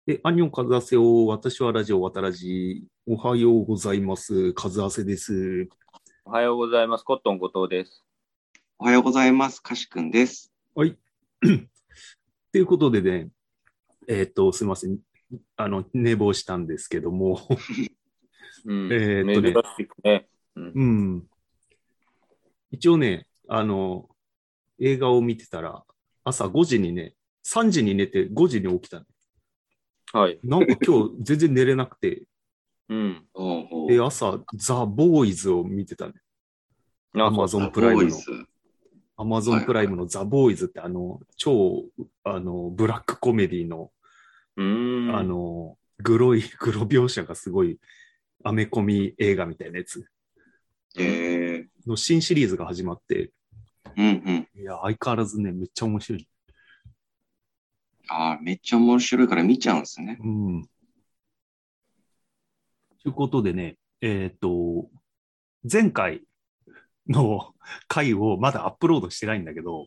アンニョンカズアセを、私はラジオ渡らじ、おはようございます。カズアセです。 おはようございます。コットン後藤です。 おはようございます。かしくんです。 はい。ということでね、すいません。寝坊したんですけども、 珍しくね。 一応ね、映画を見てたら、朝5時にね、3時に寝て5時に起きたね。 はい。 なんか今日全然寝れなくて、で、朝、ザ・ボーイズを見てたね。アマゾンプライムの。アマゾンプライムのザ・ボーイズって超、ブラックコメディの、グロ描写がすごい、アメコミ映画みたいなやつ。の新シリーズが始まって、いや、相変わらずね、めっちゃ面白い。 めっちゃ面白いから見ちゃうんですね。 ということでね、前回の回をまだアップロードしてないんだけど、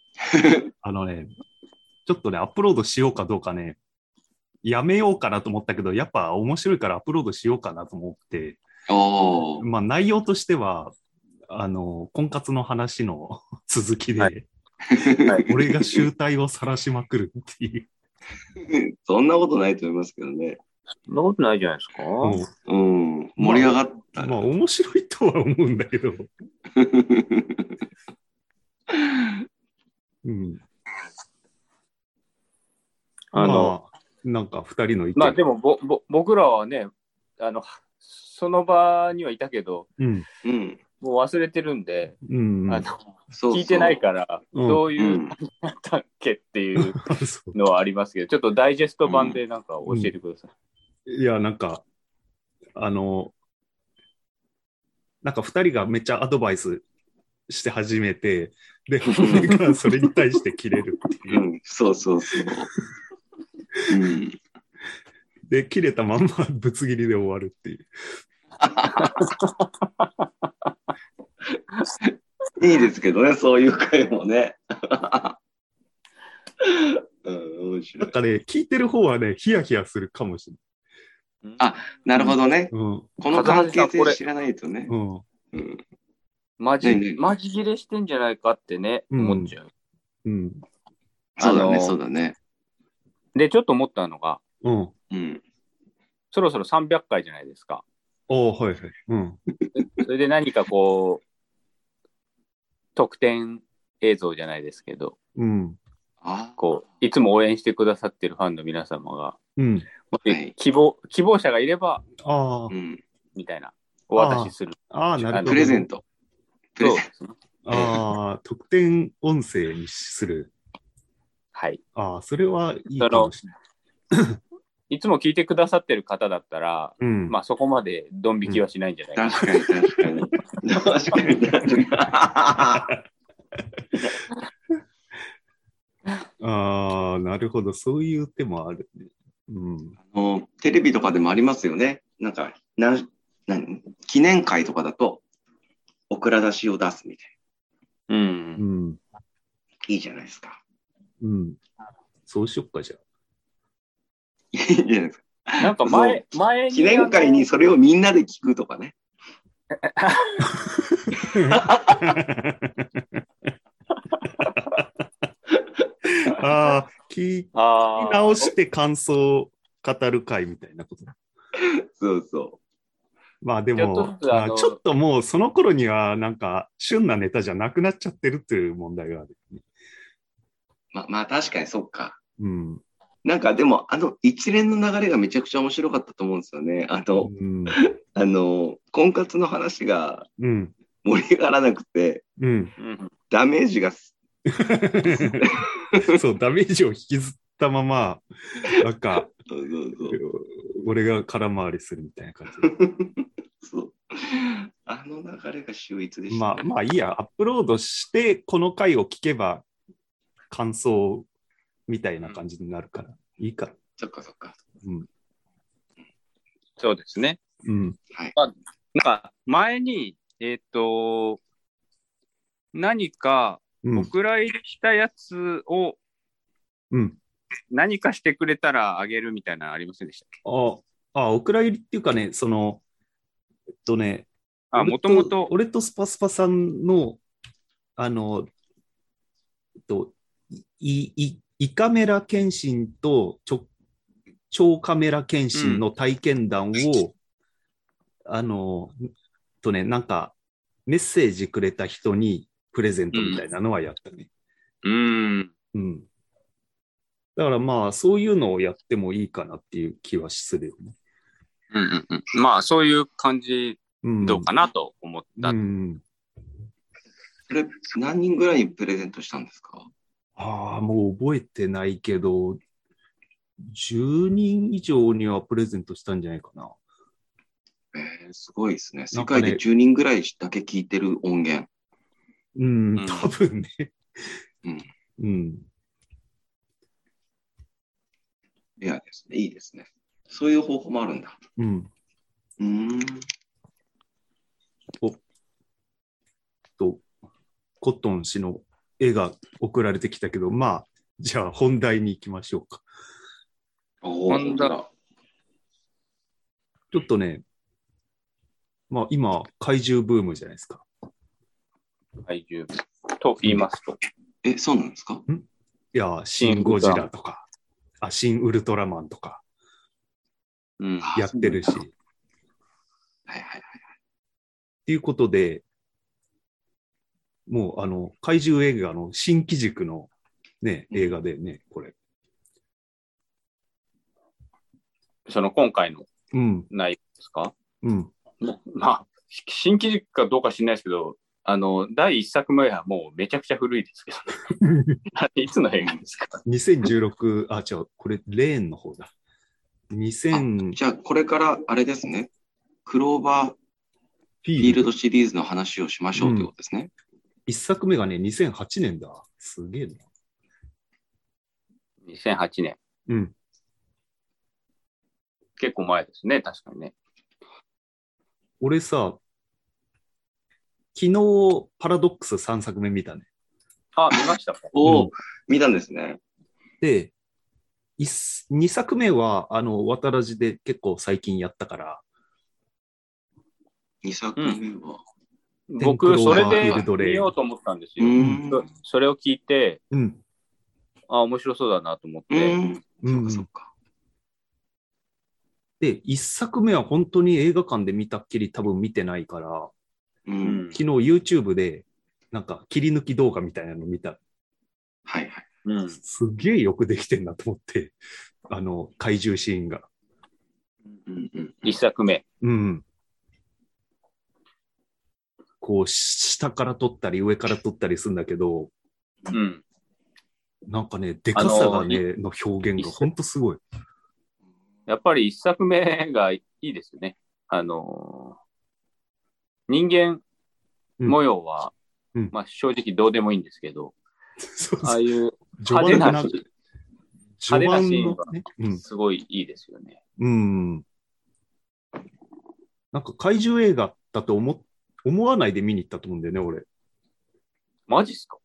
ちょっとね、アップロードしようかどうかね、やめようかなと思ったけど、やっぱ面白いからアップロードしようかなと思って、まあ内容としては、婚活の話の続きで、俺が醜態を晒しまくるっていう。 そんなことないと思いますけどね。 そんなことないじゃないですか。 盛り上がった。 まあ面白いとは思うんだけど。まあ、なんか二人の意見。 まあでも僕らはね、その場にはいたけど、もう忘れてるんで、聞いてないから、どういう感じだったっけっていうのはありますけど、ちょっとダイジェスト版でなんか教えてください。 いや、なんか、なんか二人がめっちゃアドバイスして始めて、で、俺がそれに対して切れるっていう。 そうそう。 で、切れたまんまぶつ切りで終わるっていう。 いいですけどね、そういう回もね。面白い。 なんかね、聞いてる方はね、ヒヤヒヤするかもしれない。なるほどね。この関係性知らないとね。 マジ切れしてんじゃないかってね、思っちゃう。 そうだね。 で、ちょっと思ったのが、そろそろ300回じゃないですか。 はい。 それで何かこう、特典映像じゃないですけど、こういつも応援してくださってるファンの皆様が、もし希望者がいれば、みたいな、お渡しする。 なるほど。 プレゼント。 特典音声にする。 はい。 それはいいかもしれない。 いつも聞いてくださってる方だったら、まあそこまでドン引きはしないんじゃないかな。 確かに。 なるほど。そういう手もあるね。 テレビとかでもありますよね。なんか、記念会とかだと、オクラ出しを出すみたいな。いいじゃないですか。 そうしよっか、じゃあ。 いいじゃないですか。 なんか前に。 記念会にそれをみんなで聞くとかね。 聞き直して感想を語る会みたいなこと。 そう。 まあでも、ちょっともうその頃にはなんか旬なネタじゃなくなっちゃってるっていう問題がある、ね。 まあ確かにそっか。なんかでも一連の流れがめちゃくちゃ面白かったと思うんですよね。婚活の話が盛り上がらなくて、ダメージがそう、ダメージを引きずったまま、なんか、俺が空回りするみたいな感じ。 そう。流れが秀逸でした、 ね。まあいいや、アップロードして、この回を聞けば、感想みたいな感じになるから、いいか。 そっか。 そうですね。 はい。 なんか、前に、何か、お蔵入りしたやつを、 何かしてくれたらあげるみたいなのありませんでしたっけ？ お蔵入りっていうかね、もともと。 俺とスパスパさんの、胃カメラ検診と腸カメラ検診の体験談を、なんかメッセージくれた人にプレゼントみたいなのはやったね。うん。だからまあ、そういうのをやってもいいかなっていう気はするよね。 まあ、そういう感じ、どうかなと思った。 これ、何人ぐらいにプレゼントしたんですか？ もう覚えてないけど、10人以上にはプレゼントしたんじゃないかな。 すごいですね。世界で10人ぐらいだけ聞いてる音源。 多分ね。 レアですね。いいですね。そういう方法もあるんだ。 コットン氏の絵が送られてきたけど、まあ、じゃあ本題に行きましょうか。 本題。 ちょっとね、まあ今、怪獣ブームじゃないですか。 怪獣と言いますと。 そうなんですか？ いや、シン・ゴジラとか、シン・ウルトラマンとか、やってるし。っていうことで、もう怪獣映画の新機軸のね、映画でね、これ。 今回の内容ですか？まあ、新機軸かどうか知らないですけど、第1作目はもうめちゃくちゃ古いですけど、いつの映画ですか ？2016、これレーンの方だ。 じゃあこれからあれですね、クローバーフィールドシリーズの話をしましょうということですね。 1作目がね、2008年だ。すげえな。 2008年。結構前ですね、確かにね。 俺さ、昨日パラドックス3作目見たね。 見ましたか？ 見たんですね。 で、2作目は、渡らじで結構最近やったから。 2作目は、 僕、それで見ようと思ったんですよ。それを聞いて、面白そうだなと思って。 そっか。 で、1作目は本当に映画館で見たっきり多分見てないから、昨日 YouTube でなんか切り抜き動画みたいなの見た。すげえよくできてんなと思って、怪獣シーンが。 1作目。 こう、下から撮ったり上から撮ったりするんだけど、なんかね、でかさがね、の表現が本当すごい。 やっぱり1作目がいいですよね。人間模様は、まあ正直どうでもいいんですけど、ああいう派手なシーンはすごいいいですよね。 なんか怪獣映画だと思わないで見に行ったと思うんだよね、俺。 マジっすか？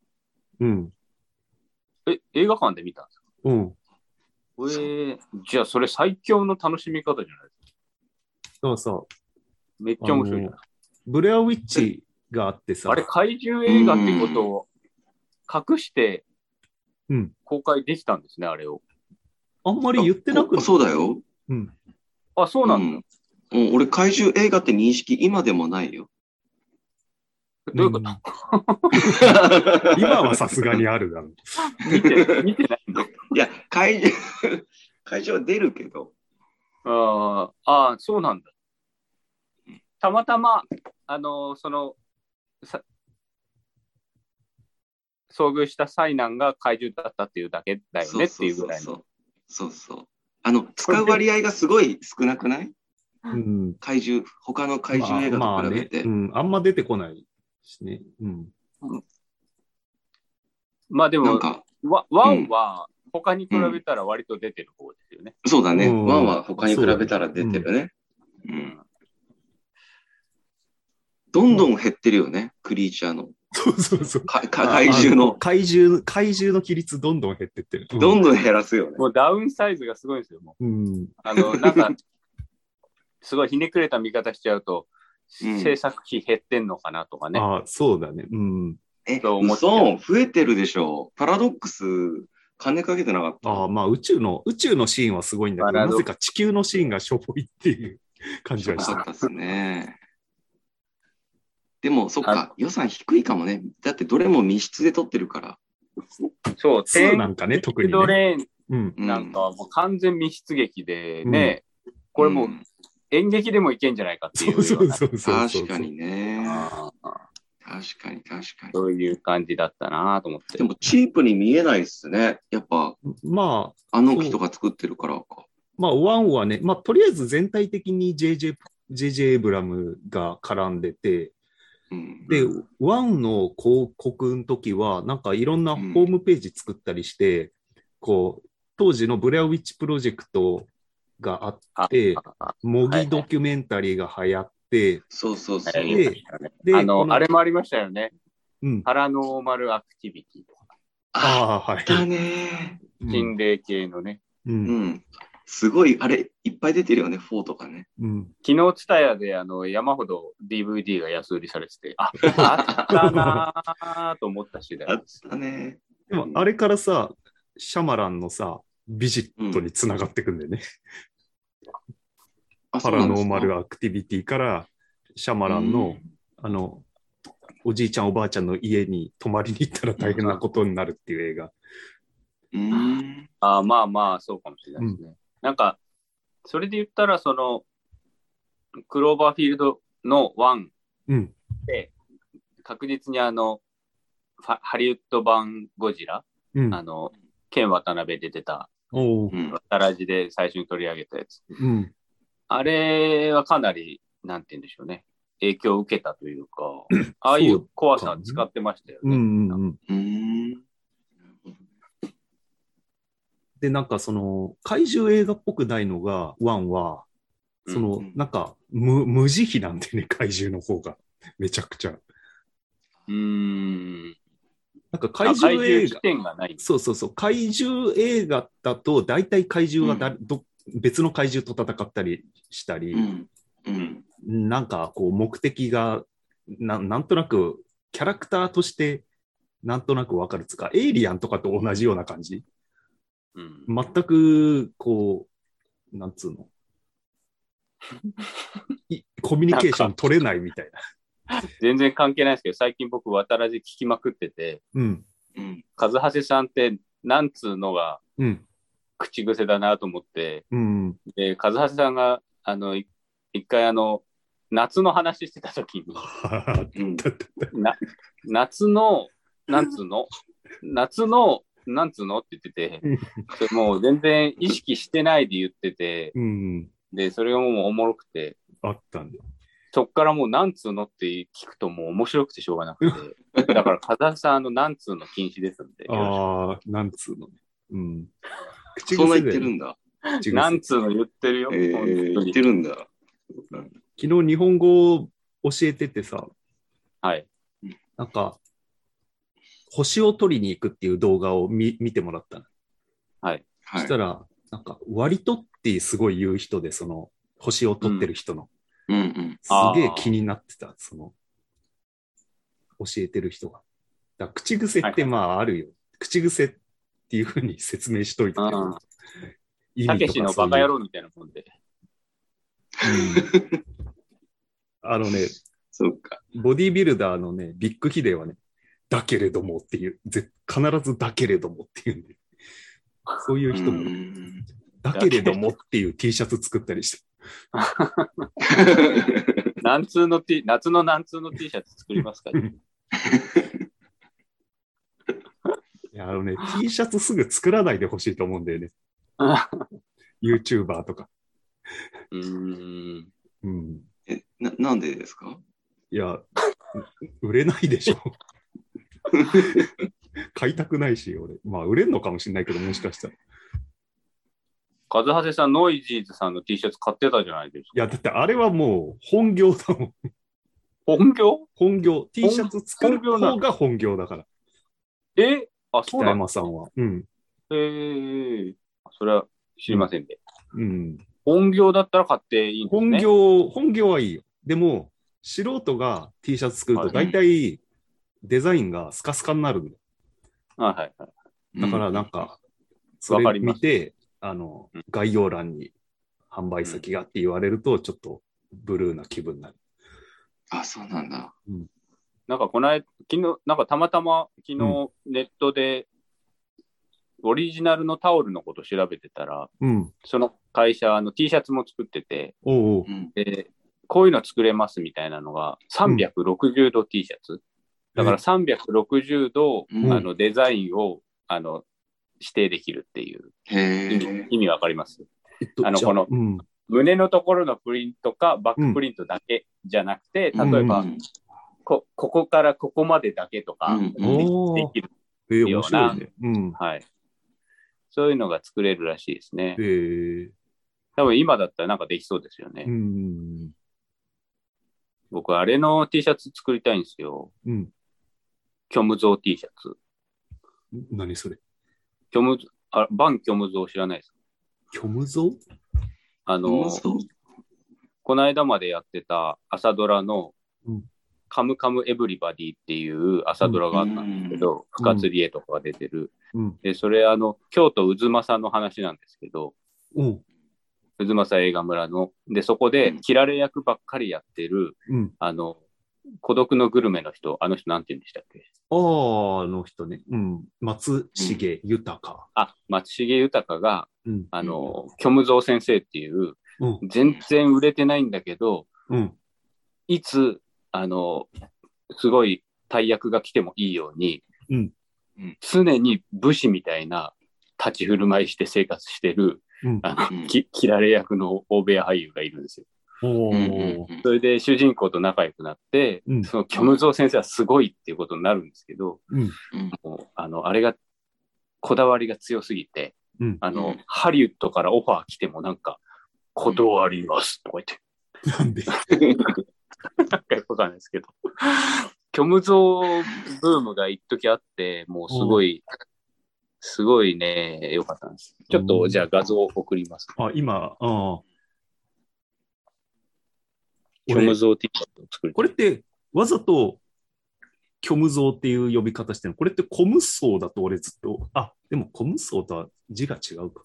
映画館で見たんですか？じゃあそれ最強の楽しみ方じゃないですか。 だからさ、 めっちゃ面白いじゃない。 ブレアウィッチがあってさ。 あれ、怪獣映画ってことを隠して公開できたんですね、あれを。 あんまり言ってなくて。 そうだよ。 そうなんだ。 俺、怪獣映画って認識今でもないよ。 どういうこと？ 今はさすがにあるだろう。 見てないの？ いや、怪獣は出るけど。 そうなんだ。たまたま、遭遇した災難が怪獣だったっていうだけだよねっていうぐらいの。 そう。使う割合がすごい少なくない？怪獣、他の怪獣映画と比べて。 あんま出てこないしね。 まあでも、ワンは他に比べたら割と出てる方ですよね。 そうだね。ワンは他に比べたら出てるね。どんどん減ってるよね、クリーチャーのそうそうそう。 怪獣の。 怪獣の比率どんどん減ってってる。 どんどん減らすよね。 もうダウンサイズがすごいんですよ、もう。なんか、すごいひねくれた見方しちゃうと、制作費減ってんのかなとかね。 ああ、そうだね。 嘘、増えてるでしょ。パラドックス、金かけてなかった。 ああ、まあ宇宙のシーンはすごいんだけど、なぜか地球のシーンがしょぼいっていう感じはした。 そうですね。でも、そっか、予算低いかもね。だってどれも密室で撮ってるから。 そう、 2なんかね、特にね。 なんかもう完全密室劇でね、これもう演劇でもいけんじゃないかっていう。 そう。 確かにね。確かに。 そういう感じだったなと思って。 でもチープに見えないっすね。やっぱ、 まあ、 あの人が作ってるからか。 まあ、1はね、まあ、とりあえず全体的に JJ エイブラムが絡んでて、で、1の広告の時は、なんかいろんなホームページ作ったりして、こう、当時のブレアウィッチプロジェクトがあって、模擬ドキュメンタリーが流行って、 そう。 で、あれもありましたよね。パラノーマルアクティビティとか。 あったね。 心霊系のね。 すごい、あれ、いっぱい出てるよね、4とかね。 昨日、ツタヤで山ほど DVD が安売りされてて、あったなぁと思った次第です。 あったね。 でも、あれからさ、シャマランのさ、ビジットにつながってくんだよね。パラノーマルアクティビティからシャマランの、おじいちゃんおばあちゃんの家に泊まりに行ったら大変なことになるっていう映画。 まあ、そうかもしれないですね。なんか、それで言ったら、その、クローバーフィールドの1で、確実にハリウッド版ゴジラ、ケン渡辺で出た、渡らじで最初に取り上げたやつ。あれはかなり、なんて言うんでしょうね。影響を受けたというか、ああいう怖さ使ってましたよね。 で、なんかその、怪獣映画っぽくないのが、1は、その、なんか、無慈悲なんでね、怪獣の方が。めちゃくちゃ。なんか怪獣映画。そう。怪獣映画だと、大体怪獣が別の怪獣と戦ったりしたり、なんかこう、目的がなんとなく、キャラクターとして、なんとなくわかるつか、エイリアンとかと同じような感じ。全く、こう、なんつうのコミュニケーション取れないみたいな。 全然関係ないですけど、最近僕、渡らじ聞きまくってて、和橋さんってなんつうのが口癖だなと思って、で和橋さんが一回夏の話してた時に夏のなんつうのって言ってて、それもう全然意識してないで言ってて、で、それがもうおもろくて、 あったんだ。 そっからもうなんつうのって聞くともう面白くてしょうがなくて、だから風間さんなんつうの禁止ですんで。 ああ、なんつうのね。 そんな言ってるんだ。 なんつうの言ってるよ。 言ってるんだ。 昨日日本語を教えててさ、なんか、星を取りに行くっていう動画を見てもらったの。そしたら、なんか、割とってすごい言う人で、その、星を取ってる人の。すげえ気になってた、その、教えてる人が。だ口癖ってまああるよ。口癖っていうふうに説明しといて。 たけしのバカ野郎みたいなもんで。 そうか。 ボディービルダーのね、ビッグヒデはね、だけれどもっていう、必ずだけれどもっていうんで、そういう人も、だけれどもっていう T シャツ作ったりして。 夏の南通の T シャツ作りますかね。 いや、T シャツすぐ作らないでほしいと思うんだよね。YouTuber とか。 なんでですか？ いや、売れないでしょ。買いたくないし、俺。まあ、売れんのかもしれないけど、もしかしたら。 和橋さん、ノイジーズさんの T シャツ買ってたじゃないですか。 いや、だってあれはもう本業だもん。 本業 T シャツ作る方が本業だから。 そうなん北山さんは。うん。 それは知りませんね。 うん。 本業だったら買っていいんですね。 本業はいいよ。でも、素人が T シャツ作ると大体デザインがスカスカになるんだよ。 はいはい。 だからなんか、それ見て、概要欄に販売先がって言われると、ちょっとブルーな気分になる。 あ、そうなんだ。 うん、なんか昨日、なんかたまたま昨日ネットでオリジナルのタオルのこと調べてたら、その会社T シャツも作ってて、でこういうの作れますみたいなのが360度 T シャツ。だから360度、デザインを指定できるっていう意味わかります？この、胸のところのプリントかバックプリントだけじゃなくて、例えば、ここからここまでだけとかできるような、はい。そういうのが作れるらしいですね。多分今だったらなんかできそうですよね。僕、あれの T シャツ作りたいんですよ。虚無像 T シャツ。 何それ？ バン虚無像知らないですか？ 虚無像？ この間までやってた朝ドラの、カムカムエブリバディっていう朝ドラがあったんですけど、深津理恵とかが出てる。で、それ京都渦政の話なんですけど、渦政映画村の。で、そこで、切られ役ばっかりやってる、孤独のグルメの人、あの人なんて言うんでしたっけ？ あの人ね。松重豊。 松重豊が、虚無蔵先生っていう、全然売れてないんだけど、いつ、すごい大役が来てもいいように、常に武士みたいな立ち振る舞いして生活してる、切られ役の大部屋俳優がいるんですよ。それで主人公と仲良くなって、その虚無蔵先生はすごいっていうことになるんですけど、あれがこだわりが強すぎて、ハリウッドからオファー来てもなんか断りますとか言って。 なんでなんかよくわかんないですけど。虚無像ブームが一時あって、もうすごいね、良かったんです。ちょっとじゃあ画像を送ります。虚無像 T シャツを作る。 これってわざと虚無像っていう呼び方してるの？これって虚無層だと俺ずっと、でも虚無層とは字が違うか。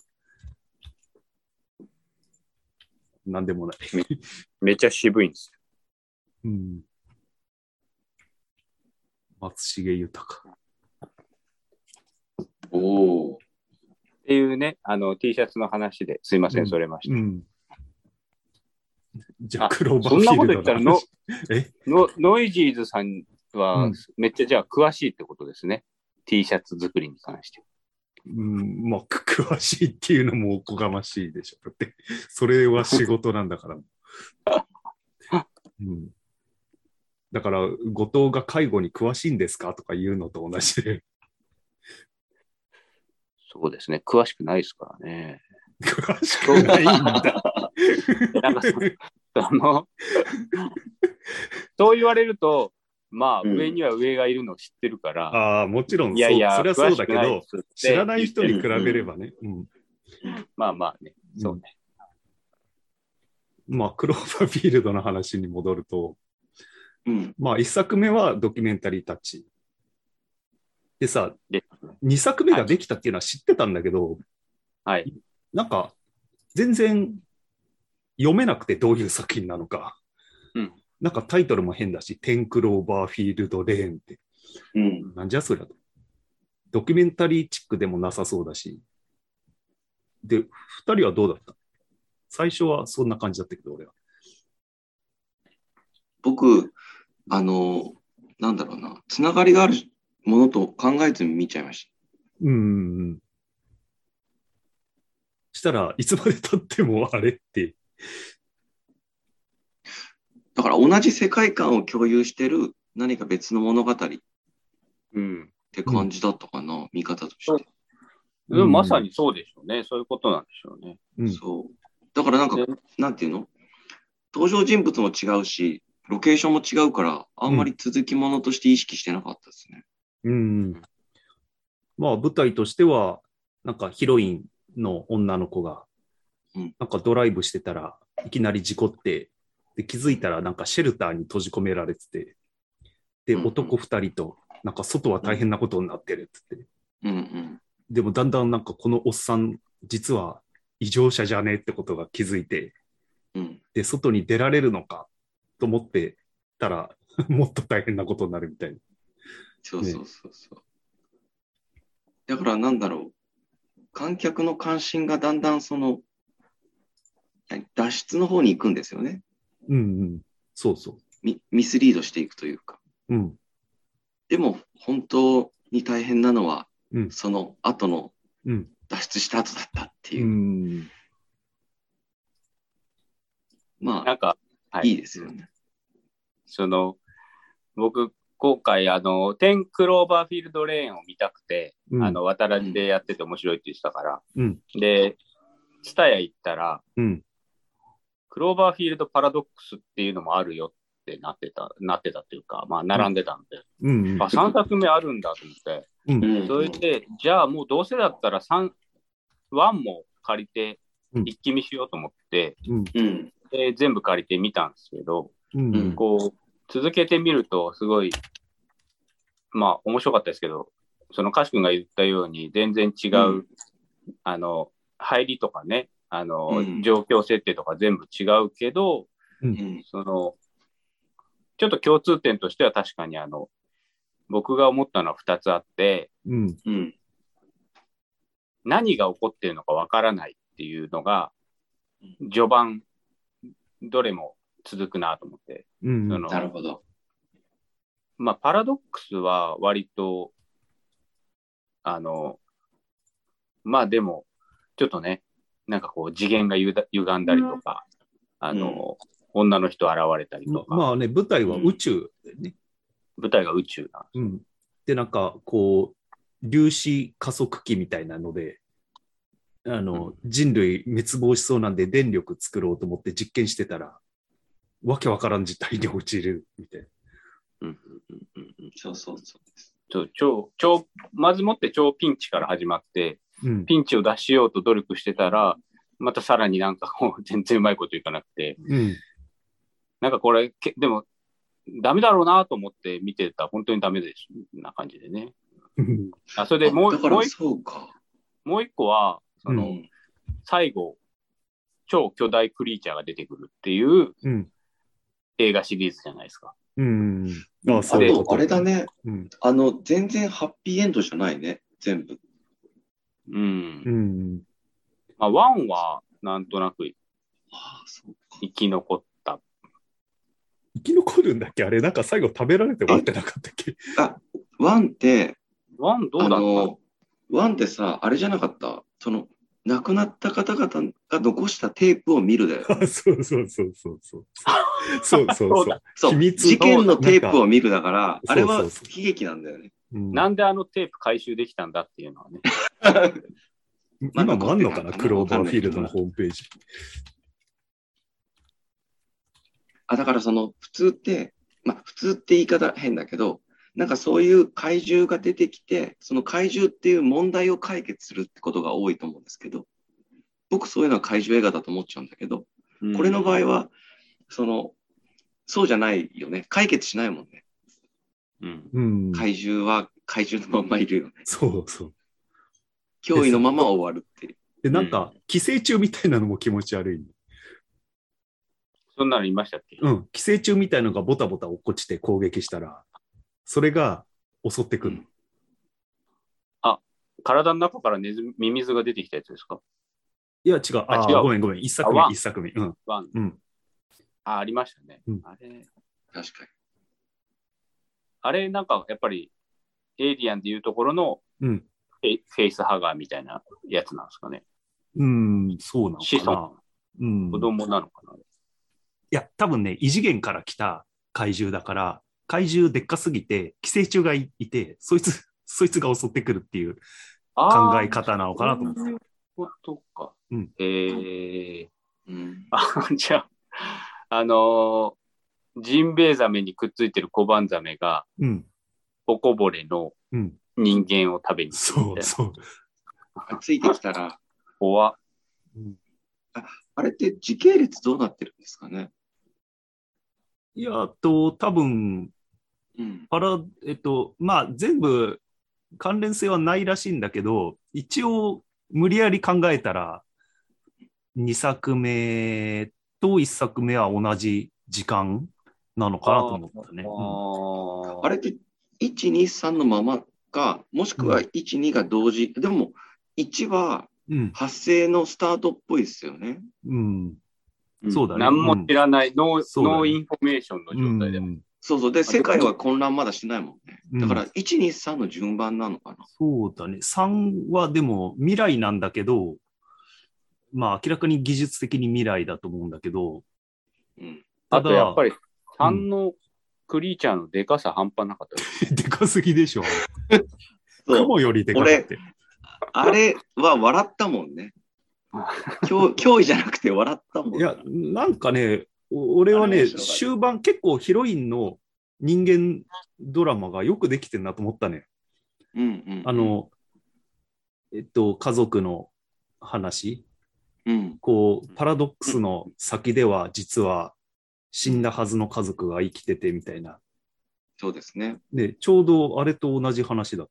なんでもない。 めっちゃ渋いんですよ。松重豊。 っていうね、T シャツの話ですいません、それました。 じゃあ、クローバーフィールド。そんなこと言ったらノイジーズさんはめっちゃじゃあ詳しいってことですね。T シャツ作りに関して。 詳しいっていうのもおこがましいでしょ。だって、それは仕事なんだから。だから、後藤が介護に詳しいんですかとか言うのと同じで。 そうですね。詳しくないですからね。 詳しくないんだ。 なんかそう言われると、上には上がいるのを知ってるから。 もちろんそれはそうだけど、知らない人に比べればね。 まあね、そうね。 クローバーフィールドの話に戻ると、1作目はドキュメンタリータッチ。でさ、2作目ができたっていうのは知ってたんだけど、なんか、全然読めなくてどういう作品なのか。なんかタイトルも変だし、10クローバーフィールドレーンって。なんじゃそりゃと。ドキュメンタリーチックでもなさそうだし。で、2人はどうだった？最初はそんな感じだったけど、俺は。 僕、なんだろうな、つながりがあるものと考えずに見ちゃいました。 したらいつまで経ってもあれって。 だから同じ世界観を共有してる何か別の物語って感じだったかな、見方として。 まさにそうでしょうね。そういうことなんでしょうね。 そう。だからなんか、なんていうの？登場人物も違うし、 ロケーションも違うから、あんまり続きものとして意識してなかったですね。 うん。まあ、舞台としては、なんかヒロインの女の子が、なんかドライブしてたらいきなり事故って、で気づいたらなんかシェルターに閉じ込められてて、で、男2人と、なんか外は大変なことになってるって言って、でもだんだんなんかこのおっさん、実は異常者じゃねえってことが気づいて、で、外に出られるのかと思ってたら、もっと大変なことになるみたいな。 そうそうそうそう。ね、だからなんだろう、観客の関心がだんだんその、脱出の方に行くんですよね。 うんうん。そうそう。 ミスリードしていくというか。 うん。 でも、本当に大変なのは、その後の、脱出した後だったっていう。まあ、 なんか、 いいですよね。 僕、今回、10クローバーフィールドレーンを見たくて、渡らじでやってて面白いって言ってたから、で、ツタヤ行ったら、クローバーフィールドパラドックスっていうのもあるよってなってたっていうか、まあ、並んでたんで、3作目あるんだと思って、それで、じゃあもうどうせだったら1も借りて、一気見しようと思って、で全部借りてみたんですけど、こう、続けてみると、すごい、まあ、面白かったですけど、その、カシ君が言ったように、全然違う、入りとかね、状況設定とか全部違うけど、その、ちょっと共通点としては確かに僕が思ったのは2つあって、何が起こってるのかわからないっていうのが、序盤、どれも続くなと思って。 なるほど。 まあ、パラドックスは割と、まあでも、ちょっとね、なんかこう次元が歪んだりとか、女の人現れたりとか。 まあね、舞台は宇宙でね。 舞台が宇宙なんです。 で、なんかこう、粒子加速器みたいなので、人類滅亡しそうなんで電力作ろうと思って実験してたら、わけわからん事態に陥るみたいな。 そうそうそうまずもって超ピンチから始まって、ピンチを脱しようと努力してたら、またさらになんか全然うまいこといかなくて、なんかこれ、でも、ダメだろうなと思って見てたら本当にダメですな感じでね。それでもう一個は、最後、超巨大クリーチャーが出てくるっていう映画シリーズじゃないですか。 あれだね、全然ハッピーエンドじゃないね、全部。 まあ、ワンはなんとなく生き残った。 生き残るんだっけあれ、なんか最後食べられて終わってなかったっけ？ ワンって、 ワンどうだったの？ ワンってさ、あれじゃなかった、亡くなった方々が残したテープを見るだよ。 そうそうそうそうそう。そうそうそう。秘密事件のテープを見るだから、あれは悲劇なんだよね。 なんであのテープ回収できたんだっていうのはね。 今もあんのかな、クローバーフィールドのホームページ。 だから普通って、普通って言い方変だけど、なんかそういう怪獣が出てきて、その怪獣っていう問題を解決するってことが多いと思うんですけど、僕そういうのは怪獣映画だと思っちゃうんだけど、これの場合は、そうじゃないよね。解決しないもんね。怪獣は怪獣のままいるよね。 そうそう。 脅威のまま終わるっていう。 で、なんか、寄生虫みたいなのも気持ち悪い。 そんなのいましたっけ？ 寄生虫みたいなのがボタボタ落っこちて攻撃したら、それが襲ってくる。 体の中からミミズが出てきたやつですか？ いや、違う。ごめん。一作目。 ありましたね。あれ。 確かに。 あれ、なんか、やっぱり、エイリアンでいうところの、フェイスハガーみたいなやつなんですかね。 そうなのかな。 子供なのかな。いや、多分ね、異次元から来た怪獣だから、怪獣でっかすぎて、寄生虫がいて、そいつが襲ってくるっていう考え方なのかなと思って。そういうことか。じゃあ、 ジンベエザメにくっついてるコバンザメが、おこぼれの人間を食べに来るみたいな。 そう。 ついてきたら。 怖っ。 あれって時系列どうなってるんですかね。 いや、多分、まあ、全部関連性はないらしいんだけど、一応、無理やり考えたら、2作目と1作目は同じ時間なのかなと思ったね。 あれって1、2、3のままか、もしくは1、2が同時。でも、1は発生のスタートっぽいですよね。 そうだね。 何も知らない、ノーインフォメーションの状態で。 そう。で、世界は混乱まだしないもんね。だから、1、2、3の順番なのかな。 そうだね。3はでも未来なんだけど、まあ明らかに技術的に未来だと思うんだけど、 あとやっぱり3のクリーチャーのでかさ半端なかった。 でかすぎでしょ。雲よりでかかって。 あれは笑ったもんね。脅威じゃなくて笑ったもん。 いや、なんかね、俺はね、終盤結構ヒロインの人間ドラマがよくできてるなと思ったね。家族の話、こうパラドックスの先では実は死んだはずの家族が生きててみたいな。 そうですね。 で、ちょうどあれと同じ話だった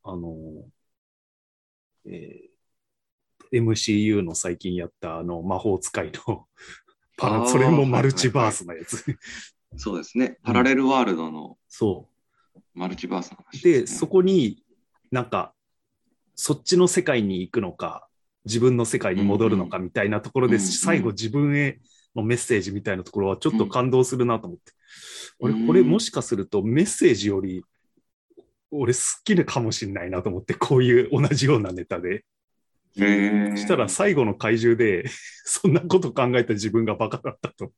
。MCU の最近やった魔法使いのそれもマルチバースのやつ。 そうですね。パラレルワールドのマルチバースの話で、そこになんかそっちの世界に行くのか、自分の世界に戻るのかみたいなところで、最後自分へのメッセージみたいなところはちょっと感動するなと思って。これもしかするとメッセージより俺好きかもしれないなと思って、こういう同じようなネタで。そしたら最後の怪獣でそんなこと考えた自分がバカだったと。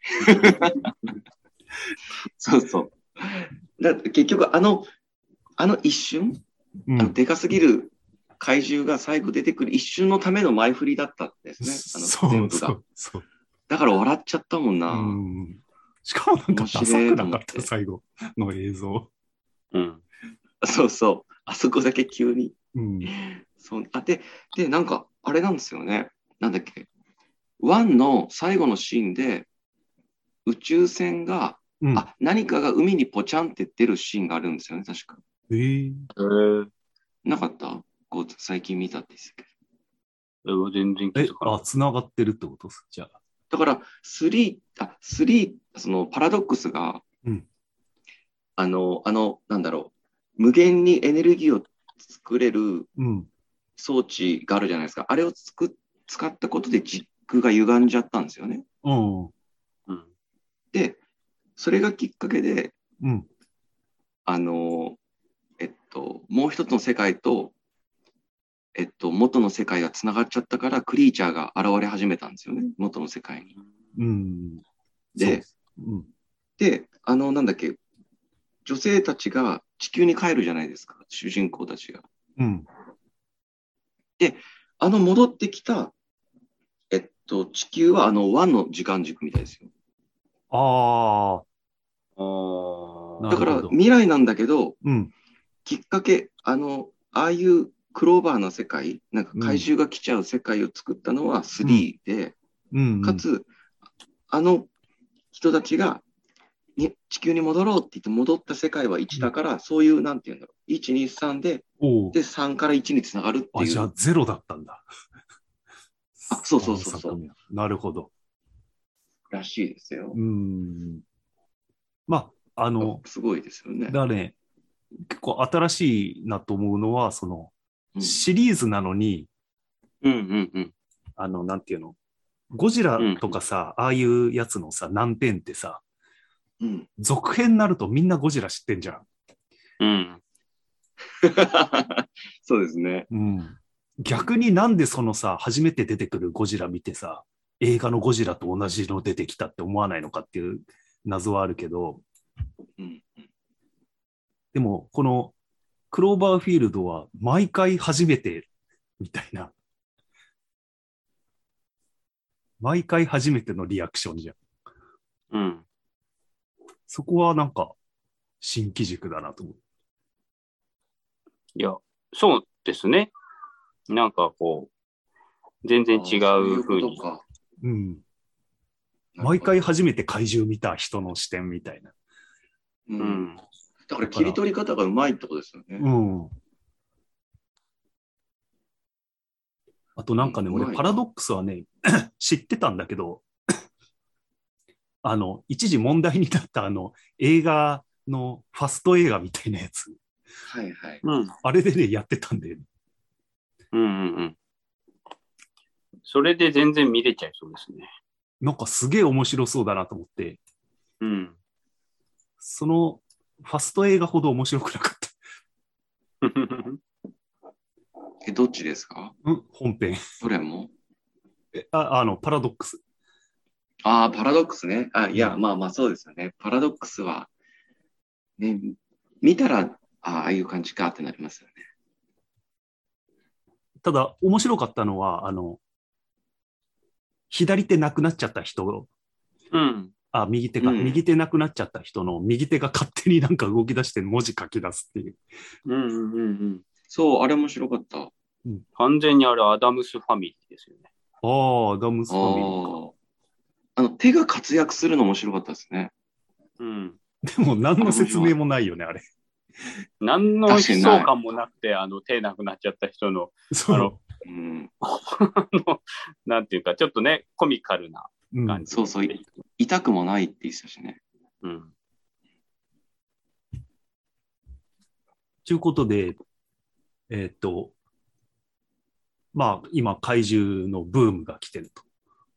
そう。だって結局あの一瞬、でかすぎる怪獣が最後出てくる一瞬のための前振りだったんですね。全部が。だから笑っちゃったもんな。 しかもなんかダサくなかった、最後の映像。 そう。あそこだけ急に。で、なんか、あれなんですよね。なんだっけ。1の最後のシーンで、宇宙船が、何かが海にポチャンって出るシーンがあるんですよね、確か。なかった最近見たんですけど。全然気づかない。 繋がってるってことですじゃあ。 だから、そのパラドックスが、なんだろう、無限にエネルギーを作れる装置があるじゃないですか。あれを使ったことで軸が歪んじゃったんですよね。で、それがきっかけで、もう一つの世界と、元の世界がつながっちゃったから、クリーチャーが現れ始めたんですよね、元の世界に。で、なんだっけ、女性たちが地球に帰るじゃないですか、主人公たちが。で、戻ってきた、地球は1の時間軸みたいですよ。だから未来なんだけど、きっかけ、ああいうクローバーの世界、なんか怪獣が来ちゃう世界を作ったのは3で、かつ、人たちが地球に戻ろうって言って戻った世界は1だから、そういう、なんていうんだろう、1、2、3で、3から1につながるっていう。 じゃあ0だったんだ。 そう。 なるほど。 らしいですよ。 まあ、 すごいですよね。 だね、結構新しいなと思うのは、その、シリーズなのに、なんていうの、ゴジラとかさ、ああいうやつのさ、難点ってさ、続編になるとみんなゴジラ知ってんじゃん。 そうですね。 逆になんでそのさ、初めて出てくるゴジラ見てさ、映画のゴジラと同じの出てきたって思わないのかっていう謎はあるけど、でもこのクローバーフィールドは毎回初めてみたいな。毎回初めてのリアクションじゃん。 そこはなんか新機軸だなと思う。 いや、そうですね。なんかこう、全然違う風に。 うん。毎回初めて怪獣見た人の視点みたいな。 うん。だから切り取り方がうまいってことですよね。 うん。あとなんかね、俺パラドックスはね、知ってたんだけど、一時問題になった映画のファスト映画みたいなやつ。 はいはい。 あれでね、やってたんだよね。 うんうんうん。それで全然見れちゃいそうですね。 なんかすげえ面白そうだなと思って。 うん。 そのファスト映画ほど面白くなかった。 どっちですか？ 本編。 どれも？ パラドックス。 パラドックスね。いや、まあまあそうですよね。パラドックスは、ね、見たら、ああいう感じかってなりますよね。 ただ、面白かったのは、左手なくなっちゃった人、右手か、右手なくなっちゃった人の右手が勝手になんか動き出して文字書き出すっていう。 そう、あれ面白かった。 完全にあれアダムスファミリーですよね。 アダムスファミリーか。 手が活躍するの面白かったですね。 でも何の説明もないよね、あれ。 何の悲壮感もなくて、手なくなっちゃった人の、なんていうか、ちょっとね、コミカルな感じ。 そうそう、痛くもないって言ってたしね。 ということで、まあ、今、怪獣のブームが来てると。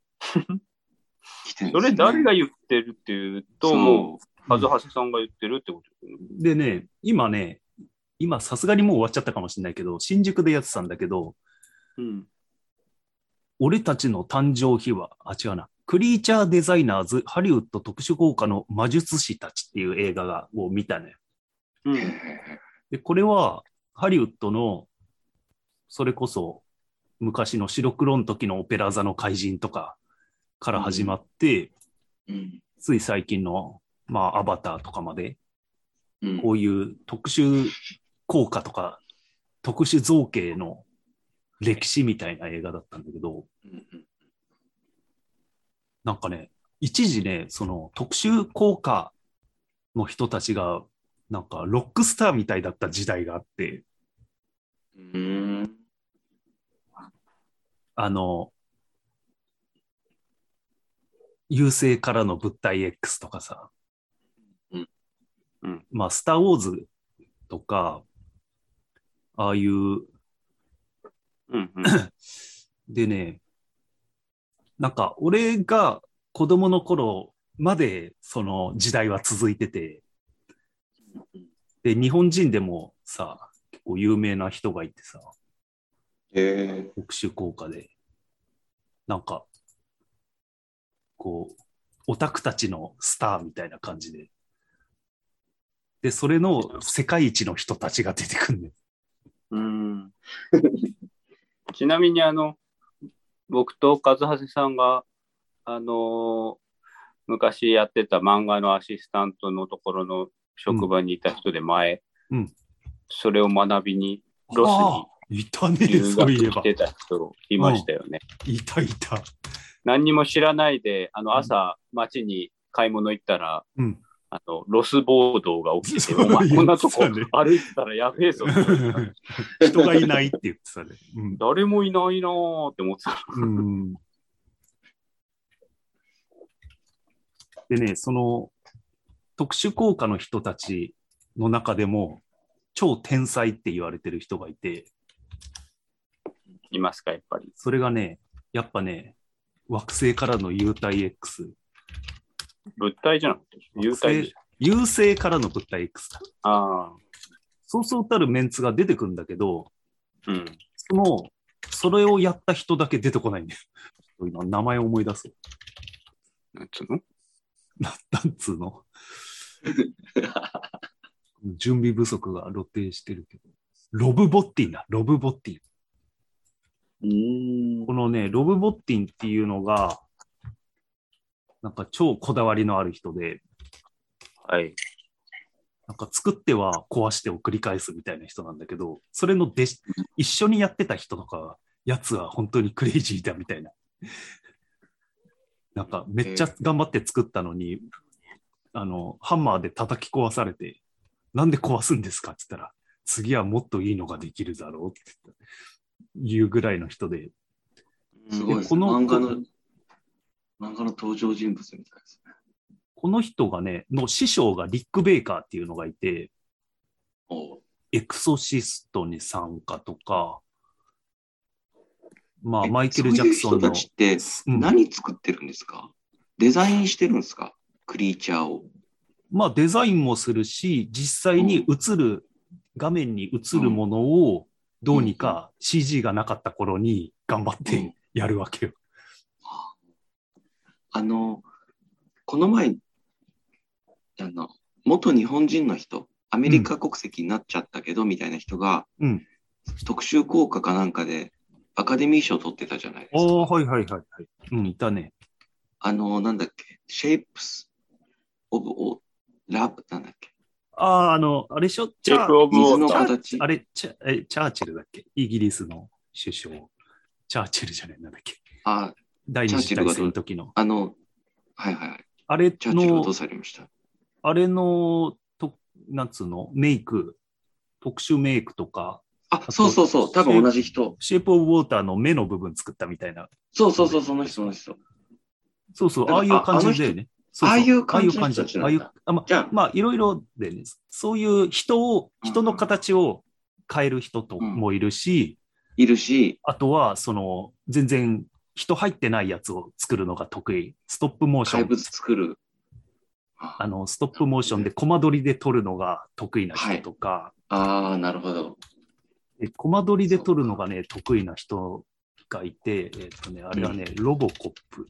それ誰が言ってるっていうと、もう、和橋さんが言ってるってことでね、今さすがにもう終わっちゃったかもしれないけど、新宿でやってたんだけど、俺たちの誕生日は、違うな、クリーチャーデザイナーズハリウッド特殊効果の魔術師たちっていう映画を見たのよ。で、これはハリウッドの、それこそ昔の白黒の時のオペラ座の怪人とかから始まって、つい最近の、アバターとかまで、こういう特殊効果とか特殊造形の歴史みたいな映画だったんだけど、なんかね、一時ね、その特殊効果の人たちが、なんかロックスターみたいだった時代があって、優勢からの物体 X とかさ、スター・ウォーズとか、ああいう、でね、なんか俺が子供の頃までその時代は続いてて、で、日本人でもさ、結構有名な人がいてさ、特殊効果で、なんか、こう、オタクたちのスターみたいな感じで、で、それの世界一の人たちが出てくるね。 ちなみに僕と和橋さんが、昔やってた漫画のアシスタントのところの職場にいた人で前、それを学びに、ロスに留学してた人いましたよね。 いたいた。 何にも知らないで、朝、街に買い物行ったら、ロス暴動が起きてて、お前こんなとこ歩いてたらやべえぞ。 人がいないって言ってたね。 誰もいないなーって思ってた。 でね、その特殊効果の人たちの中でも超天才って言われてる人がいて。 いますか、やっぱり。 それがね、やっぱね、惑星からの幽体 X。 物体じゃなくて、 優勢からの物体 X だ。そうそうたるメンツが出てくるんだけど、それをやった人だけ出てこないんだよ。今、名前を思い出す。 なんつうのなんつうの準備不足が露呈してるけど。ロブ・ボッティンだ、ロブ・ボッティン。このね、ロブ・ボッティンっていうのが、なんか超こだわりのある人で、 はい。 なんか作っては壊してを繰り返すみたいな人なんだけど、それの一緒にやってた人とか、やつは本当にクレイジーだみたいな。なんかめっちゃ頑張って作ったのに、ハンマーで叩き壊されて、なんで壊すんですかって言ったら、次はもっといいのができるだろうっていうぐらいの人で。 すごいですね。漫画の登場人物みたいですね。 この人がね、の師匠がリック・ベイカーっていうのがいて、エクソシストに参加とか、まあ、マイケル・ジャクソンの。 そういう人たちって何作ってるんですか？デザインしてるんですか？クリーチャーを。 まあ、デザインもするし、実際に画面に映るものをどうにか CG がなかった頃に頑張ってやるわけよ。 この前、元日本人の人、アメリカ国籍になっちゃったけど、みたいな人が、特殊効果かなんかでアカデミー賞を取ってたじゃないですか。 はいはいはい。いたね。 なんだっけ、Shapes of Love なんだっけ。 あれでしょ？ シェイプオブウォーター。 あれ、チャーチルだっけ？イギリスの首相。チャーチルじゃない、なんだっけ。第二次大戦の時の。 はいはい。 あれの、 チャーチルがどうされました？ あれの、なんつうの、特殊メイクとか。 そうそうそう、多分同じ人。 シェイプオブウォーターの目の部分作ったみたいな。 そう、その人。 そうそう、ああいう感じでね。 ああいう感じの人たちなんだ。 まあ、いろいろでね、そういう人の形を変える人もいるし、あとは、全然人入ってないやつを作るのが得意。ストップモーション。 怪物作る。 ストップモーションでコマ撮りで撮るのが得意な人とか。 なるほど。 コマ撮りで撮るのがね、得意な人がいて、あれはね、ロボコップ。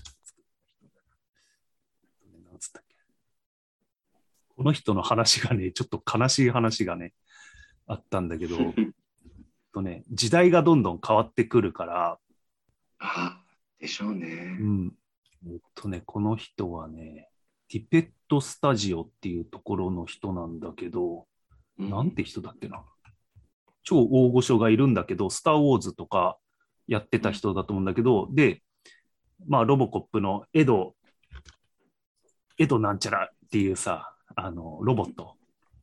この人の話がね、ちょっと悲しい話がね、あったんだけど、時代がどんどん変わってくるから。 でしょうね。 この人はね、ティペットスタジオっていうところの人なんだけど、なんて人だっけな。超大御所がいるんだけど、スター・ウォーズとかやってた人だと思うんだけど、で、まあ、ロボコップのエドなんちゃらっていうさ、ロボット。